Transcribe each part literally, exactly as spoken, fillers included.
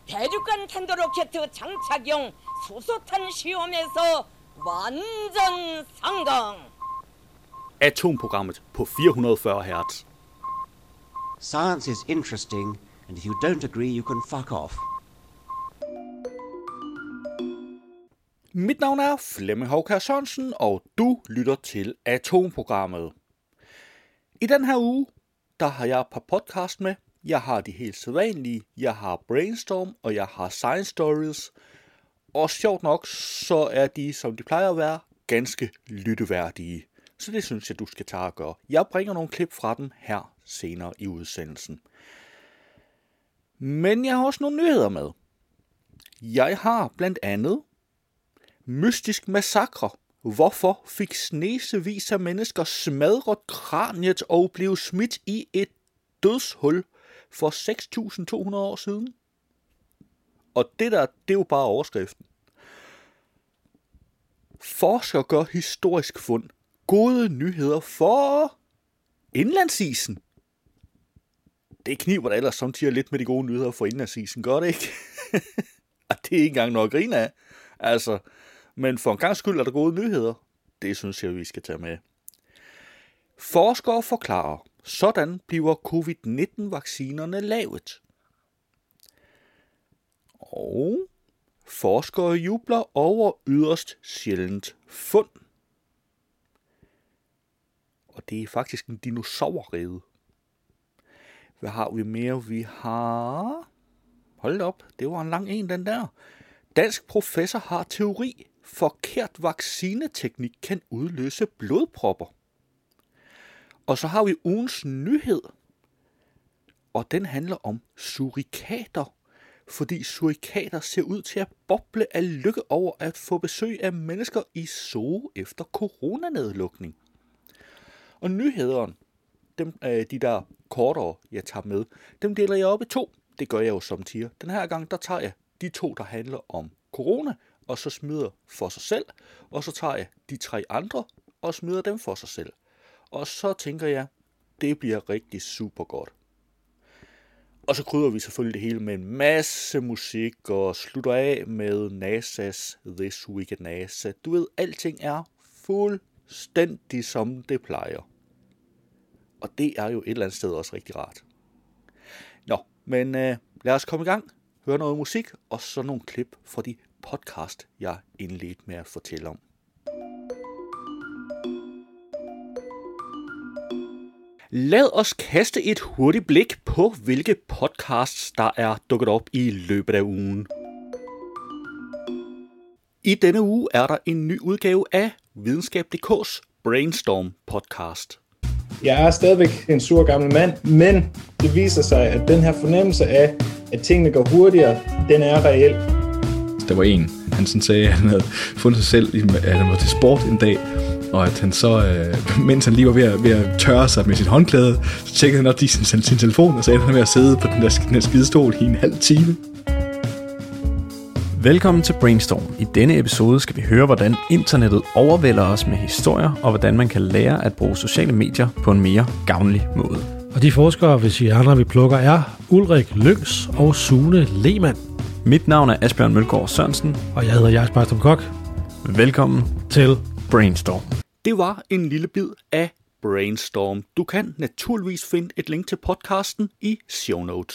대륙간 탄도로켓 장착용 수소탄 시험에서 완전 성공. Atomprogrammet på fire hundrede og fyrre hertz. Science is interesting, and if you don't agree, you can fuck off. Mit navn er Flemming Hovkær Sørensen, og du lytter til Atomprogrammet. I den her uge, der har jeg et par podcast med. Jeg har de helt sædvanlige, jeg har Brainstorm, og jeg har Science Stories. Og sjovt nok, så er de, som de plejer at være, ganske lytteværdige. Så det synes jeg, du skal tage og gøre. Jeg bringer nogle klip fra dem her senere i udsendelsen. Men jeg har også nogle nyheder med. Jeg har blandt andet mystisk massakre. Hvorfor fik snesevis af mennesker smadret kraniet og blev smidt i et dødshul for seks tusind to hundrede år siden? Og det der, det er jo bare overskriften. Forskere gør historisk fund. Gode nyheder for indlandsisen. Det kniber da ellers samtidig lidt med de gode nyheder for indlandsisen, gør det ikke? Og det er ikke engang noget at grine af. Altså, men for en gang skyld er der gode nyheder. Det synes jeg, vi skal tage med. Forskere forklarer, sådan bliver covid nitten vaccinerne lavet. Og forskere jubler over yderst sjældent fund. Og det er faktisk en dinosaurrede. Hvad har vi mere? Vi har... Hold da op, det var en lang en, den der. Dansk professor har teori. Forkert vaccineteknik kan udløse blodpropper. Og så har vi ugens nyhed. Og den handler om surikater. Fordi surikater ser ud til at boble af lykke over at få besøg af mennesker i zoo efter coronanedlukning. Og nyhederne, dem, øh, de der kortere, jeg tager med, dem deler jeg op i to. Det gør jeg jo som tier. Den her gang, der tager jeg de to, der handler om corona, og så smider for sig selv. Og så tager jeg de tre andre, og smider dem for sig selv. Og så tænker jeg, det bliver rigtig super godt. Og så krydder vi selvfølgelig det hele med en masse musik, og slutter af med NASA's This Week at NASA. Du ved, alting er fuldstændig som det plejer. Og det er jo et eller andet sted også rigtig rart. Nå, men øh, lad os komme i gang. Høre noget musik, og så nogle klip fra de podcast, jeg indledte med at fortælle om. Lad os kaste et hurtigt blik på, hvilke podcasts, der er dukket op i løbet af ugen. I denne uge er der en ny udgave af Videnskab punktum d k's Brainstorm podcast. Jeg er stadigvæk en sur gammel mand, men det viser sig, at den her fornemmelse af, at tingene går hurtigere, den er reel. Der var en, han sådan sagde, at han havde fundet sig selv, at han var til sport en dag, og at han så, øh, mens han lige var ved at, ved at tørre sig med sit håndklæde, så tjekkede han op lige sin, sin telefon, og så endte han med at sidde på den der, den der skidestol i en halv time. Velkommen til Brainstorm. I denne episode skal vi høre, hvordan internettet overvælder os med historier, og hvordan man kan lære at bruge sociale medier på en mere gavnlig måde. Og de forskere, hvis I andre vi plukker, er Ulrik Lyngs og Sune Lehmann. Mit navn er Asbjørn Mølgaard Sørensen. Og jeg hedder Jais Bartram Kok. Velkommen til Brainstorm. Det var en lille bid af Brainstorm. Du kan naturligvis finde et link til podcasten i show notes.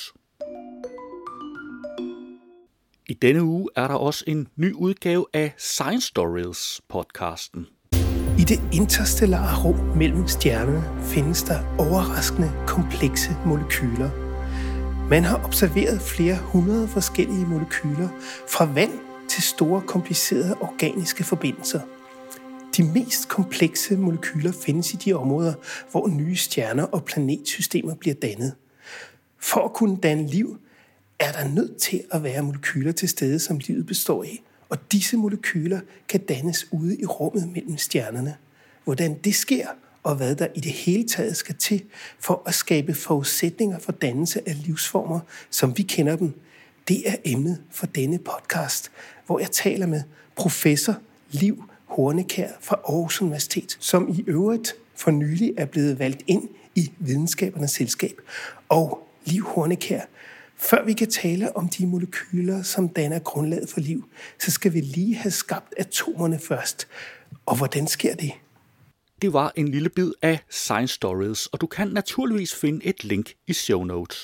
I denne uge er der også en ny udgave af Science Stories podcasten. I det interstellare rum mellem stjernerne findes der overraskende komplekse molekyler. Man har observeret flere hundrede forskellige molekyler, fra vand til store komplicerede organiske forbindelser. De mest komplekse molekyler findes i de områder, hvor nye stjerner og planetsystemer bliver dannet. For at kunne danne liv, er der nødt til at være molekyler til stede, som livet består i. Og disse molekyler kan dannes ude i rummet mellem stjernerne. Hvordan det sker, og hvad der i det hele taget skal til for at skabe forudsætninger for dannelse af livsformer, som vi kender dem, det er emnet for denne podcast, hvor jeg taler med professor Liv Hornekær fra Aarhus Universitet, som i øvrigt for nylig er blevet valgt ind i Videnskabernes Selskab. Og Liv Hornekær, Før vi kan tale om de molekyler, som danner grundlaget for liv, så skal vi lige have skabt atomerne først. Og hvordan sker det? Det var en lille bid af Science Stories, og du kan naturligvis finde et link i show notes.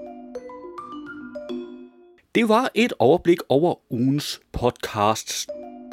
Det var et overblik over ugens podcasts.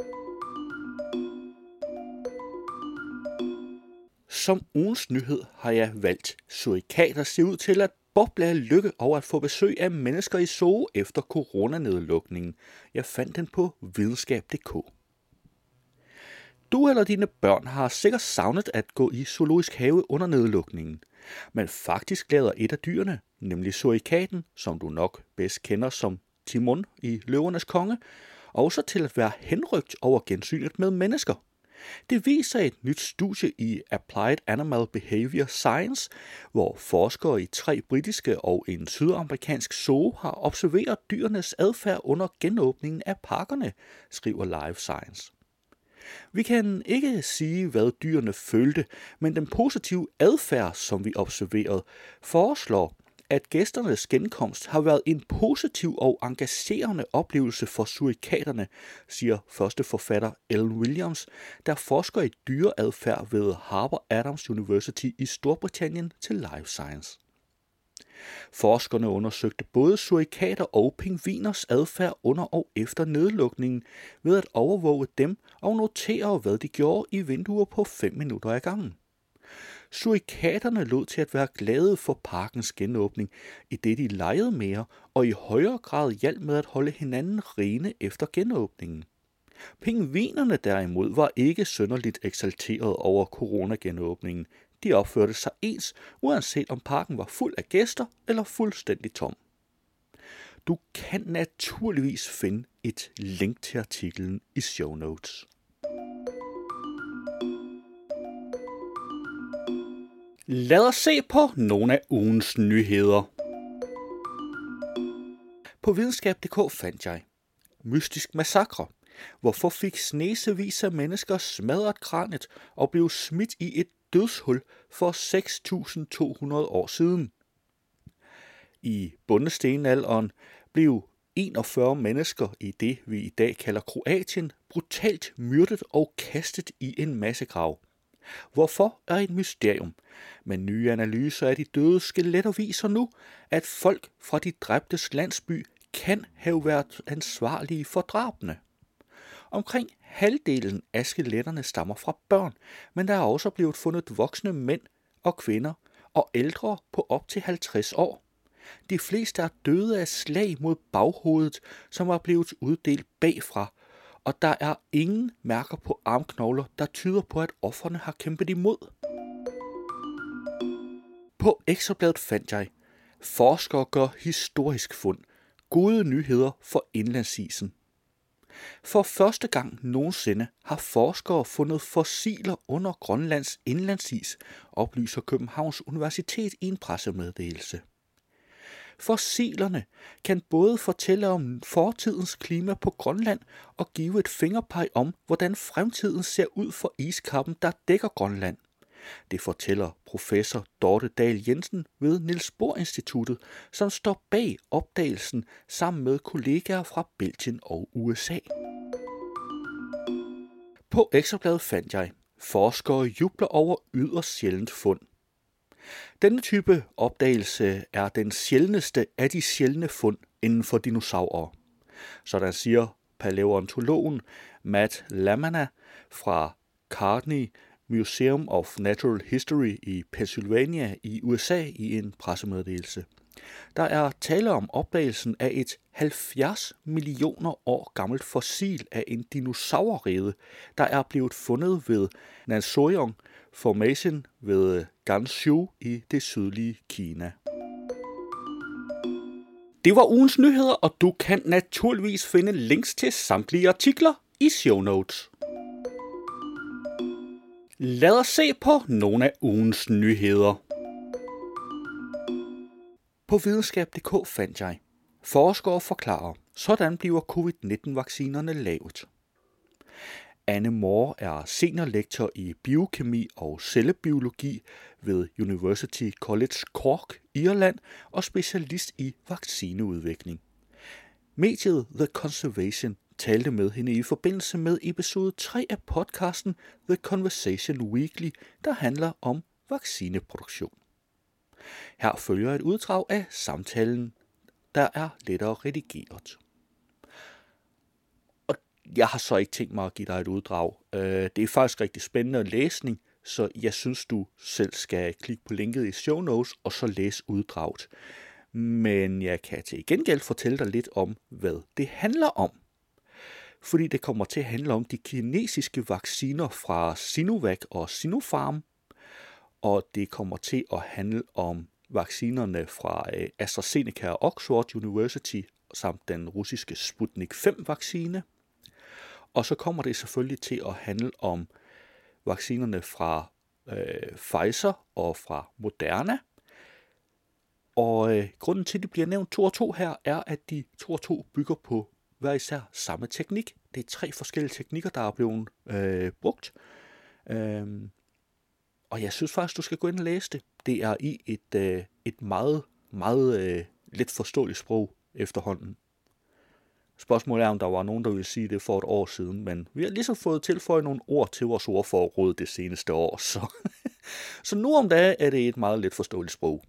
Som ugens nyhed har jeg valgt surikater ser ud til at boble af lykke over at få besøg af mennesker i zoo efter coronanedlukningen. Jeg fandt den på videnskab punktum d k. Du eller dine børn har sikkert savnet at gå i zoologisk have under nedlukningen. Men faktisk lader et af dyrene, nemlig surikaten, som du nok bedst kender som Timon i Løvernes Konge, også til at være henrygt over gensynet med mennesker. Det viser et nyt studie i Applied Animal Behavior Science, hvor forskere i tre britiske og en sydamerikansk zoo har observeret dyrenes adfærd under genåbningen af parkerne, skriver Live Science. Vi kan ikke sige, hvad dyrene følte, men den positive adfærd, som vi observerede, foreslår, at gæsternes genkomst har været en positiv og engagerende oplevelse for surikaterne, siger første forfatter Ellen Williams, der forsker i dyreadfærd ved Harper Adams University i Storbritannien til Live Science. Forskerne undersøgte både surikater og pingviners adfærd under og efter nedlukningen ved at overvåge dem og notere, hvad de gjorde i vinduer på fem minutter ad gangen. Surikaterne lod til at være glade for parkens genåbning, i det de legede mere og i højere grad hjalp med at holde hinanden rene efter genåbningen. Pingvinerne derimod var ikke synderligt eksalteret over coronagenåbningen. De opførte sig ens, uanset om parken var fuld af gæster eller fuldstændig tom. Du kan naturligvis finde et link til artiklen i show notes. Lad os se på nogle af ugens nyheder. På videnskab punktum d k fandt jeg mystisk massakre. Hvorfor fik snesevis af mennesker smadret kranet og blev smidt i et dødshul for seks tusind to hundrede år siden? I bondestenalderen blev enogfyrre mennesker i det, vi i dag kalder Kroatien, brutalt myrdet og kastet i en massegrav. Hvorfor er et mysterium, men nye analyser af de døde skeletter viser nu, at folk fra de dræbtes landsby kan have været ansvarlige for drabene. Omkring halvdelen af skeletterne stammer fra børn, men der er også blevet fundet voksne mænd og kvinder og ældre på op til halvtreds år. De fleste er døde af slag mod baghovedet, som er blevet uddelt bagfra, og der er ingen mærker på armknogler, der tyder på, at ofrene har kæmpet imod. På Ekstrabladet fandt jeg, forskere gør historisk fund. Gode nyheder for indlandsisen. For første gang nogensinde har forskere fundet fossiler under Grønlands indlandsis, oplyser Københavns Universitet i en pressemeddelelse. Fossilerne kan både fortælle om fortidens klima på Grønland og give et fingerpeg om, hvordan fremtiden ser ud for iskappen, der dækker Grønland. Det fortæller professor Dorte Dahl Jensen ved Niels Bohr Instituttet, som står bag opdagelsen sammen med kollegaer fra Belgien og U S A. På Ekstrabladet fandt jeg, forskere jubler over yderst sjældent fund. Denne type opdagelse er den sjældneste af de sjældne fund inden for dinosaurer. Sådan siger palæontologen Matt Lamana fra Carnegie Museum of Natural History i Pennsylvania i U S A i en pressemeddelelse. Der er tale om opdagelsen af et halvfjerds millioner år gammelt fossil af en dinosaurrede, der er blevet fundet ved Nansuyong Formation ved Gansu i det sydlige Kina. Det var ugens nyheder, og du kan naturligvis finde links til samtlige artikler i show notes. Lad os se på nogle af ugens nyheder. På videnskab punktum d k fandt jeg, forskere forklarer, sådan bliver covid nitten vaccinerne lavet. Anne Moore er seniorlektor i biokemi og cellebiologi ved University College Cork, Irland, og specialist i vaccineudvikling. Mediet The Conservation talte med hende i forbindelse med episode tre af podcasten The Conversation Weekly, der handler om vaccineproduktion. Her følger et uddrag af samtalen, der er lettere redigeret. Og jeg har så ikke tænkt mig at give dig et uddrag. Det er faktisk rigtig spændende læsning, så jeg synes, du selv skal klikke på linket i show notes og så læse uddraget. Men jeg kan til gengæld fortælle dig lidt om, hvad det handler om. Fordi det kommer til at handle om de kinesiske vacciner fra Sinovac og Sinopharm, og det kommer til at handle om vaccinerne fra AstraZeneca og Oxford University, samt den russiske Sputnik fem-vaccine. Og så kommer det selvfølgelig til at handle om vaccinerne fra øh, Pfizer og fra Moderna. Og øh, grunden til, at de bliver nævnt to og to her, er, at de to og to bygger på hver især samme teknik. Det er tre forskellige teknikker, der er blevet øh, brugt. Øhm, og jeg synes faktisk, du skal gå ind og læse det. Det er i et, øh, et meget, meget øh, let forståeligt sprog efterhånden. Spørgsmålet er, om der var nogen, der ville sige det for et år siden, men vi har ligesom fået tilføjet nogle ord til vores ordforråd det seneste år. Så, så nu om dagen er det et meget let forståeligt sprog.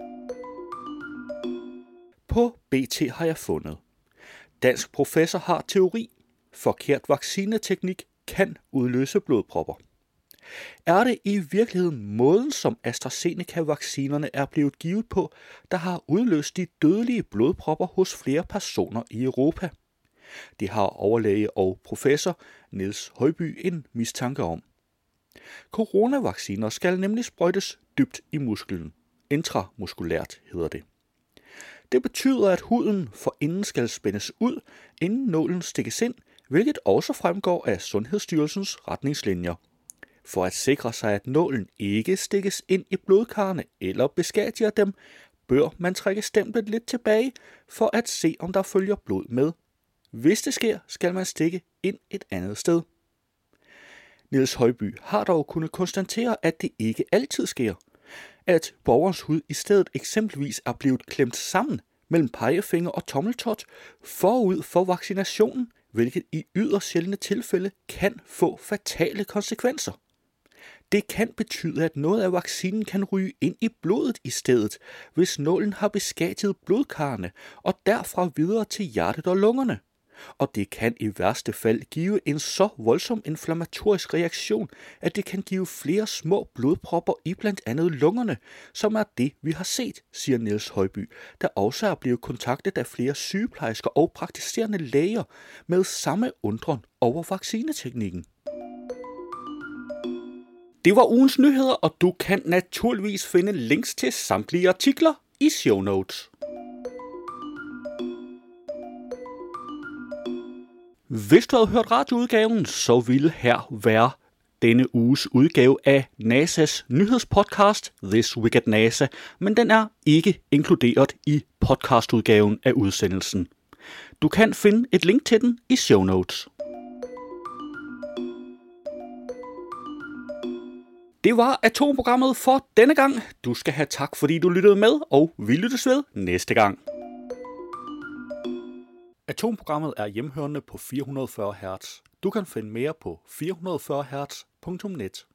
På B T har jeg fundet: dansk professor har teori. Forkert vaccineteknik kan udløse blodpropper. Er det i virkeligheden måden, som AstraZeneca-vaccinerne er blevet givet på, der har udløst de dødelige blodpropper hos flere personer i Europa? Det har overlæge og professor Niels Højby en mistanke om. Coronavacciner skal nemlig sprøjtes dybt i musklen. Intramuskulært hedder det. Det betyder, at huden forinden skal spændes ud, inden nålen stikkes ind, hvilket også fremgår af Sundhedsstyrelsens retningslinjer. For at sikre sig, at nålen ikke stikkes ind i blodkarrene eller beskadiger dem, bør man trække stemplet lidt tilbage for at se, om der følger blod med. Hvis det sker, skal man stikke ind et andet sted. Niels Højby har dog kunnet konstatere, at det ikke altid sker. At borgerens hud i stedet eksempelvis er blevet klemt sammen mellem pegefinger og tommeltot forud for vaccinationen, hvilket i yderst sjældne tilfælde kan få fatale konsekvenser. Det kan betyde, at noget af vaccinen kan ryge ind i blodet i stedet, hvis nålen har beskadiget blodkarrene og derfra videre til hjertet og lungerne. Og det kan i værste fald give en så voldsom inflammatorisk reaktion, at det kan give flere små blodpropper i blandt andet lungerne, som er det, vi har set, siger Niels Højby, der også er blevet kontaktet af flere sygeplejersker og praktiserende læger med samme undren over vaccineteknikken. Det var ugens nyheder, og du kan naturligvis finde links til samtlige artikler i show notes. Hvis du havde hørt radioudgaven, så ville her være denne uges udgave af NASA's nyhedspodcast This Week at NASA, men den er ikke inkluderet i podcastudgaven af udsendelsen. Du kan finde et link til den i show notes. Det var Atomprogrammet for denne gang. Du skal have tak, fordi du lyttede med, og vi lyttes ved næste gang. Atomprogrammet er hjemhørende på fire hundrede og fyrre hertz. Du kan finde mere på fire hundrede og fyrre hertz punktum net.